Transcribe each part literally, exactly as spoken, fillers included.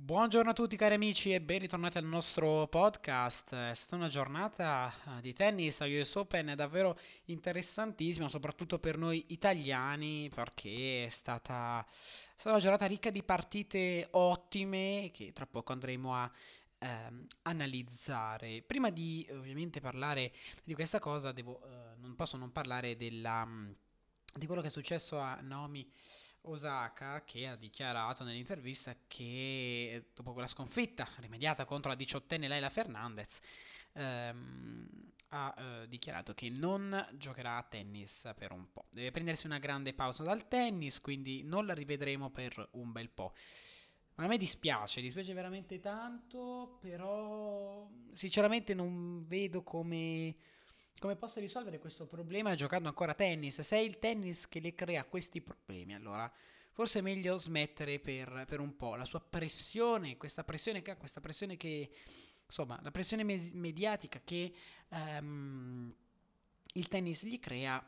Buongiorno a tutti cari amici e ben ritornati al nostro podcast. È stata una giornata eh, di tennis agli U S Open davvero interessantissima, soprattutto per noi italiani, perché è stata, è stata una giornata ricca di partite ottime che tra poco andremo a ehm, analizzare. Prima di ovviamente parlare di questa cosa, devo, eh, non posso non parlare della, mm, di quello che è successo a Naomi Osaka, che ha dichiarato nell'intervista che dopo quella sconfitta rimediata contro la diciottenne Leylah Fernandez, ehm, ha eh, dichiarato che non giocherà a tennis per un po'. Deve prendersi una grande pausa dal tennis, quindi non la rivedremo per un bel po'. Ma a me dispiace, dispiace veramente tanto, però sinceramente non vedo come, come possa risolvere questo problema giocando ancora a tennis. Se è il tennis che le crea questi problemi, allora forse è meglio smettere per, per un po'. La sua pressione, questa pressione che ha, questa pressione che, insomma, la pressione mes- mediatica che ehm, il tennis gli crea,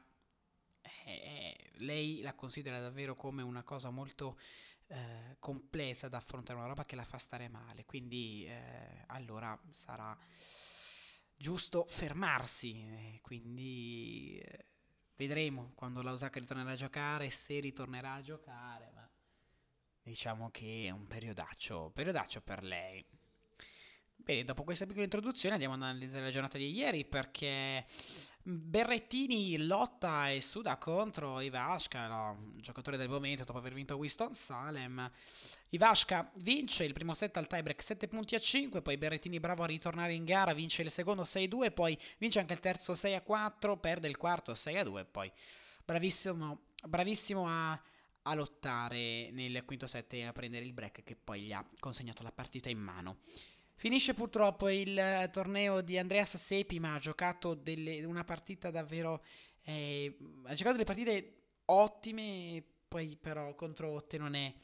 eh, lei la considera davvero come una cosa molto eh, complessa da affrontare, una roba che la fa stare male. Quindi eh, allora sarà giusto fermarsi. eh, quindi eh, vedremo quando la Osaka ritornerà a giocare, se ritornerà a giocare. Ma diciamo che è un periodaccio, periodaccio per lei. Bene, dopo questa piccola introduzione andiamo ad analizzare la giornata di ieri perché Berrettini lotta e suda contro Ivashka, no, giocatore del momento dopo aver vinto Winston-Salem. Ivashka vince il primo set al tiebreak sette punti a cinque, poi Berrettini bravo a ritornare in gara, vince il secondo sei a due, poi vince anche il terzo sei a quattro, perde il quarto sei a due, poi bravissimo, bravissimo a, a lottare nel quinto set e a prendere il break che poi gli ha consegnato la partita in mano. Finisce purtroppo il eh, torneo di Andreas Sepi, ma ha giocato delle- una partita davvero... eh, ha giocato delle partite ottime, poi però contro Otte non è,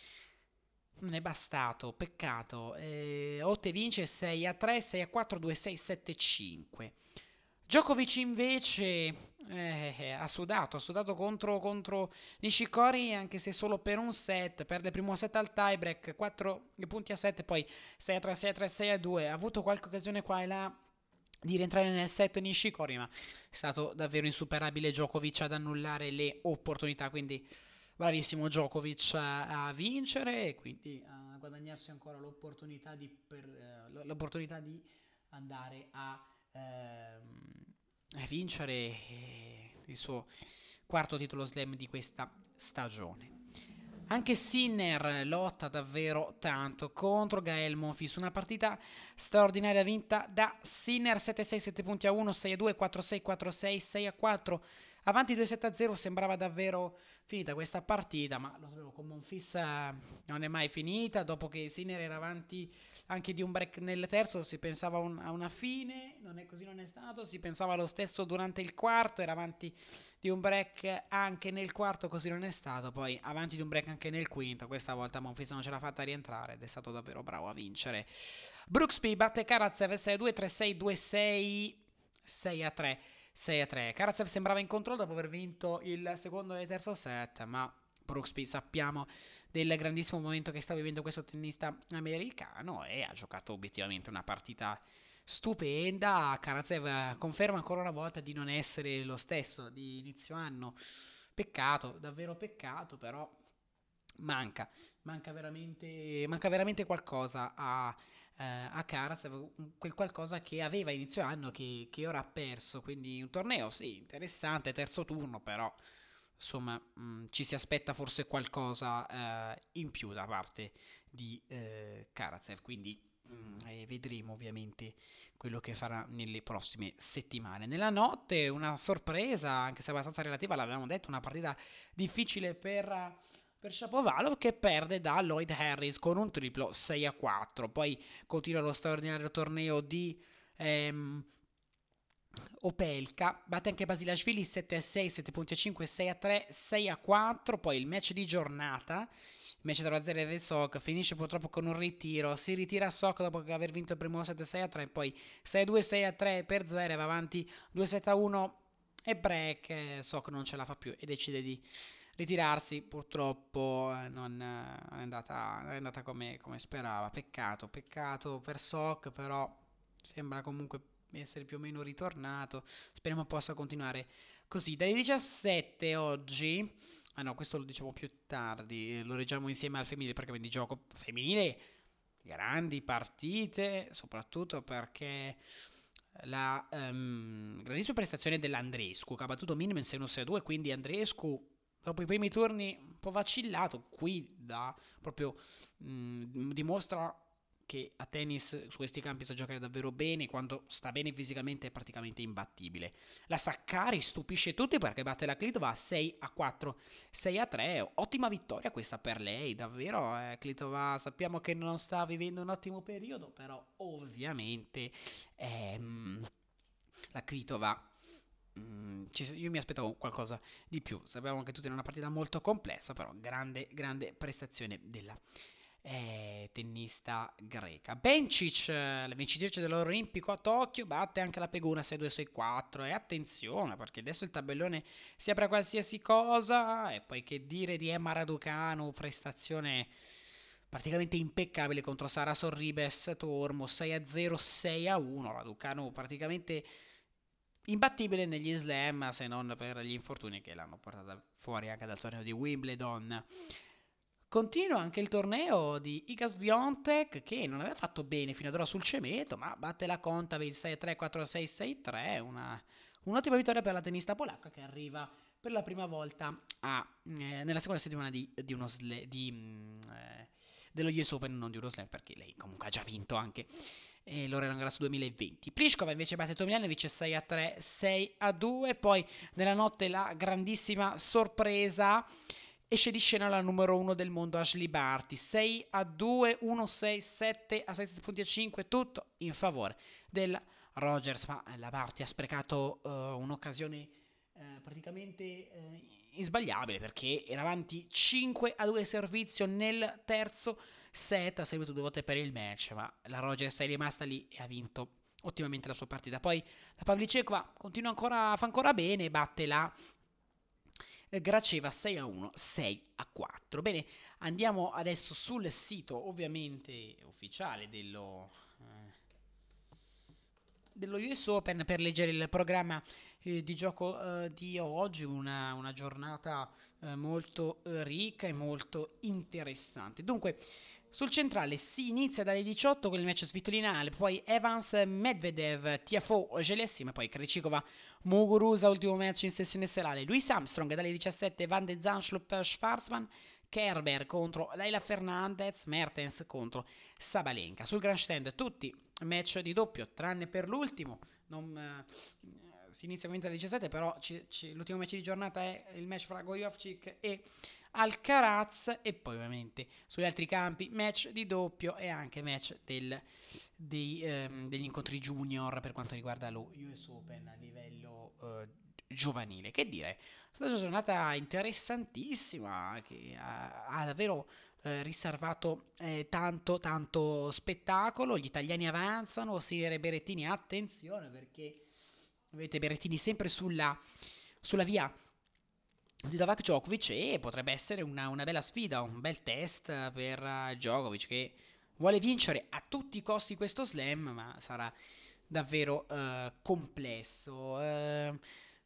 non è bastato, peccato. Eh, Otte vince sei a tre, sei a quattro, due a sei, sette a cinque. Djokovic invece eh, eh, ha sudato, ha sudato contro, contro Nishikori anche se solo per un set, perde il primo set al tiebreak, quattro punti a sette, poi sei a tre, sei a tre, sei a due, ha avuto qualche occasione qua e là di rientrare nel set Nishikori, ma è stato davvero insuperabile Djokovic ad annullare le opportunità, quindi bravissimo Djokovic a, a vincere e quindi a guadagnarsi ancora l'opportunità di, per, eh, l'opportunità di andare a ehm, vincere eh, il suo quarto titolo slam di questa stagione. Anche Sinner lotta davvero tanto contro Gael Monfils, una partita straordinaria vinta da Sinner sette a sei, sette punti a uno, sei a due, quattro a sei, quattro a sei, sei a quattro. Avanti due sette a zero, sembrava davvero finita questa partita, ma lo sapevo, con Monfils eh, non è mai finita. Dopo che Sinner era avanti anche di un break nel terzo, si pensava un- a una fine, non è così, non è stato. Si pensava lo stesso durante il quarto, era avanti di un break anche nel quarto, così non è stato. Poi avanti di un break anche nel quinto, questa volta Monfils non ce l'ha fatta rientrare ed è stato davvero bravo a vincere. Brooksby batte Karatsev sei a due, tre a sei, due a sei, sei a tre. sei a tre. Karatsev sembrava in controllo dopo aver vinto il secondo e il terzo set, ma Brooksby sappiamo del grandissimo momento che sta vivendo questo tennista americano e ha giocato obiettivamente una partita stupenda. Karatsev conferma ancora una volta di non essere lo stesso di inizio anno. Peccato, davvero peccato, però manca, manca veramente, manca veramente qualcosa a, eh, a Karatsev, quel qualcosa che aveva a inizio anno che, che ora ha perso. Quindi un torneo, sì, interessante, terzo turno, però insomma mh, ci si aspetta forse qualcosa eh, in più da parte di eh, Karatsev. Quindi mh, eh, vedremo ovviamente quello che farà nelle prossime settimane. Nella notte una sorpresa, anche se abbastanza relativa, l'avevamo detto, una partita difficile per per Shapovalov che perde da Lloyd Harris con un triplo sei a quattro. Poi continua lo straordinario torneo di ehm, Opelka, batte anche Basilashvili sette a sei, sette punti a cinque, sei a tre, sei a quattro. Poi il match di giornata, il match tra Zverev e Sok, finisce purtroppo con un ritiro. Si ritira Sok dopo aver vinto il primo set sei a tre, poi sei a due, sei a tre per Zverev, avanti due sette a uno e break. Sok non ce la fa più e decide di ritirarsi. Purtroppo eh, non, eh, non è andata, non è andata come, come sperava. Peccato, peccato per Sok, però sembra comunque essere più o meno ritornato. Speriamo possa continuare così. Dalle diciassette oggi, ah no, questo lo diciamo più tardi, lo leggiamo insieme al femminile perché di gioco femminile, grandi partite, soprattutto perché la ehm, grandissima prestazione dell'Andrescu che ha battuto Minimen sei uno sei due, quindi Andrescu dopo i primi turni un po' vacillato, qui da proprio mh, dimostra che a tennis su questi campi sa giocare davvero bene, quando sta bene fisicamente è praticamente imbattibile. La Saccari stupisce tutti perché batte la Klitova sei a quattro, sei a tre, ottima vittoria questa per lei, davvero. Eh, Klitova sappiamo che non sta vivendo un ottimo periodo, però ovviamente ehm, la Kvitova mm, ci- io mi aspettavo qualcosa di più. Sappiamo che tutta è una partita molto complessa, però grande, grande prestazione della eh, tennista greca. Bencic, eh, la vincitrice dell'Olimpico a Tokyo, batte anche la Peguna sei due sei quattro. E attenzione, perché adesso il tabellone si apre a qualsiasi cosa. E poi che dire di Emma Raducanu, prestazione praticamente impeccabile contro Sara Sorribes Tormo, sei a zero, sei a uno. Raducanu praticamente imbattibile negli slam, se non per gli infortuni che l'hanno portata fuori anche dal torneo di Wimbledon. Continua anche il torneo di Iga Swiatek, che non aveva fatto bene fino ad ora sul cemento, ma batte la Kontaveit sei a tre, quattro a sei, sei a tre, una, un'ottima vittoria per la tennista polacca che arriva per la prima volta a, eh, nella seconda settimana di, di uno sle, di, mm, eh, dello U S Open, non di uno slam, perché lei comunque ha già vinto anche eh, Roland Garros duemilaventi. Pliskova invece batte Tomljanovic sei a tre, sei a due, poi nella notte la grandissima sorpresa, esce di scena la numero uno del mondo Ashley Barty, sei a due, uno sei, sette a sette punti a cinque, tutto in favore della Rogers, ma la Barty ha sprecato uh, un'occasione uh, praticamente uh, insbagliabile, perché era avanti cinque a due servizio nel terzo set, ha seguito due volte per il match, ma la Rogers è rimasta lì e ha vinto ottimamente la sua partita. Poi la Pavlicekova continua ancora, fa ancora bene, batte la Graceva sei a uno, sei a quattro. Bene, andiamo adesso sul sito ovviamente ufficiale dello, eh, dello U S Open per leggere il programma eh, di gioco eh, di oggi, una, una giornata eh, molto eh, ricca e molto interessante. Dunque, sul centrale si inizia dalle diciotto con il match svitolinale, poi Evans, Medvedev, Tiafoe, Gelessim, poi Krejcikova, Muguruza, ultimo match in sessione serale, Louis Armstrong dalle diciassette, Van de Zanschlup, Schwarzman, Kerber contro Leila Fernandez, Mertens contro Sabalenka. Sul grandstand tutti match di doppio, tranne per l'ultimo. Non, eh, si inizia ovviamente alle diciassette, però ci, ci, l'ultimo match di giornata è il match fra Gojovcic e Alcaraz, e poi ovviamente sugli altri campi match di doppio e anche match del, dei, ehm, degli incontri junior per quanto riguarda lo U S Open a livello eh, giovanile. Che dire, è stata una giornata interessantissima che ha, ha davvero eh, riservato eh, tanto tanto spettacolo. Gli italiani avanzano, Sinner Berrettini, attenzione perché avete Berrettini sempre sulla, sulla via di Novak Djokovic, e potrebbe essere una, una bella sfida, un bel test per uh, Djokovic, che vuole vincere a tutti i costi questo slam, ma sarà davvero uh, complesso. Uh,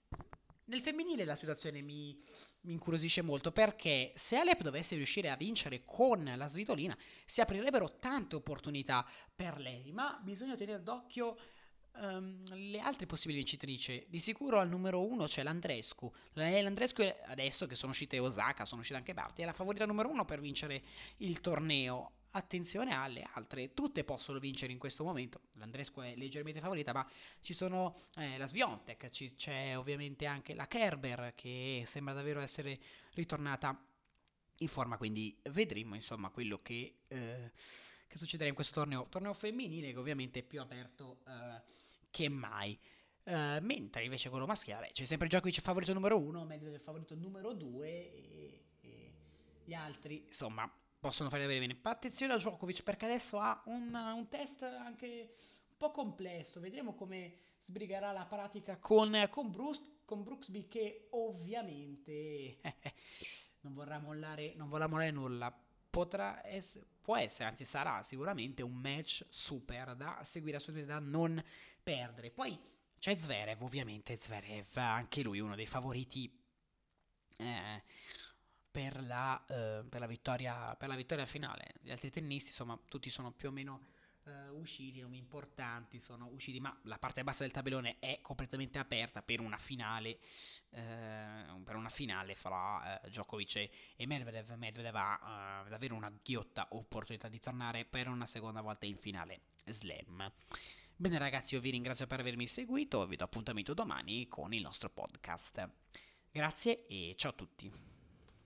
nel femminile la situazione mi, mi incuriosisce molto, perché se Alep dovesse riuscire a vincere con la svitolina si aprirebbero tante opportunità per lei, ma bisogna tenere d'occhio um, le altre possibili vincitrici. Di sicuro al numero uno c'è l'Andrescu. L'Andrescu adesso che sono uscite Osaka, sono uscite anche Barty, è la favorita numero uno per vincere il torneo. Attenzione alle altre, tutte possono vincere in questo momento. L'Andrescu è leggermente favorita, ma ci sono eh, la Sviontek, ci, c'è ovviamente anche la Kerber che sembra davvero essere ritornata in forma, quindi vedremo insomma quello che, eh, che succederà in questo torneo, torneo femminile che ovviamente è più aperto eh, che mai. Uh, mentre invece quello maschile, beh, c'è sempre Djokovic favorito numero uno, Medvedev favorito numero due, e, e gli altri insomma possono fare davvero bene. Ma attenzione a Djokovic perché adesso ha un, un test anche un po' complesso, vedremo come sbrigherà la pratica con, con, Bruce, con Brooksby, che ovviamente non vorrà mollare, non vorrà mollare nulla. Potrà essere, può essere, anzi sarà sicuramente un match super da seguire, assolutamente da non perdere. Poi c'è Zverev, ovviamente Zverev, anche lui uno dei favoriti eh, per, la, eh, per la vittoria, per la vittoria finale. Gli altri tennisti, insomma, tutti sono più o meno eh, usciti, nomi importanti sono usciti, ma la parte bassa del tabellone è completamente aperta per una finale, eh, per una finale fra eh, Djokovic e, e Medvedev. Medvedev ha eh, davvero una ghiotta opportunità di tornare per una seconda volta in finale slam. Bene ragazzi, io vi ringrazio per avermi seguito, vi do appuntamento domani con il nostro podcast. Grazie e ciao a tutti.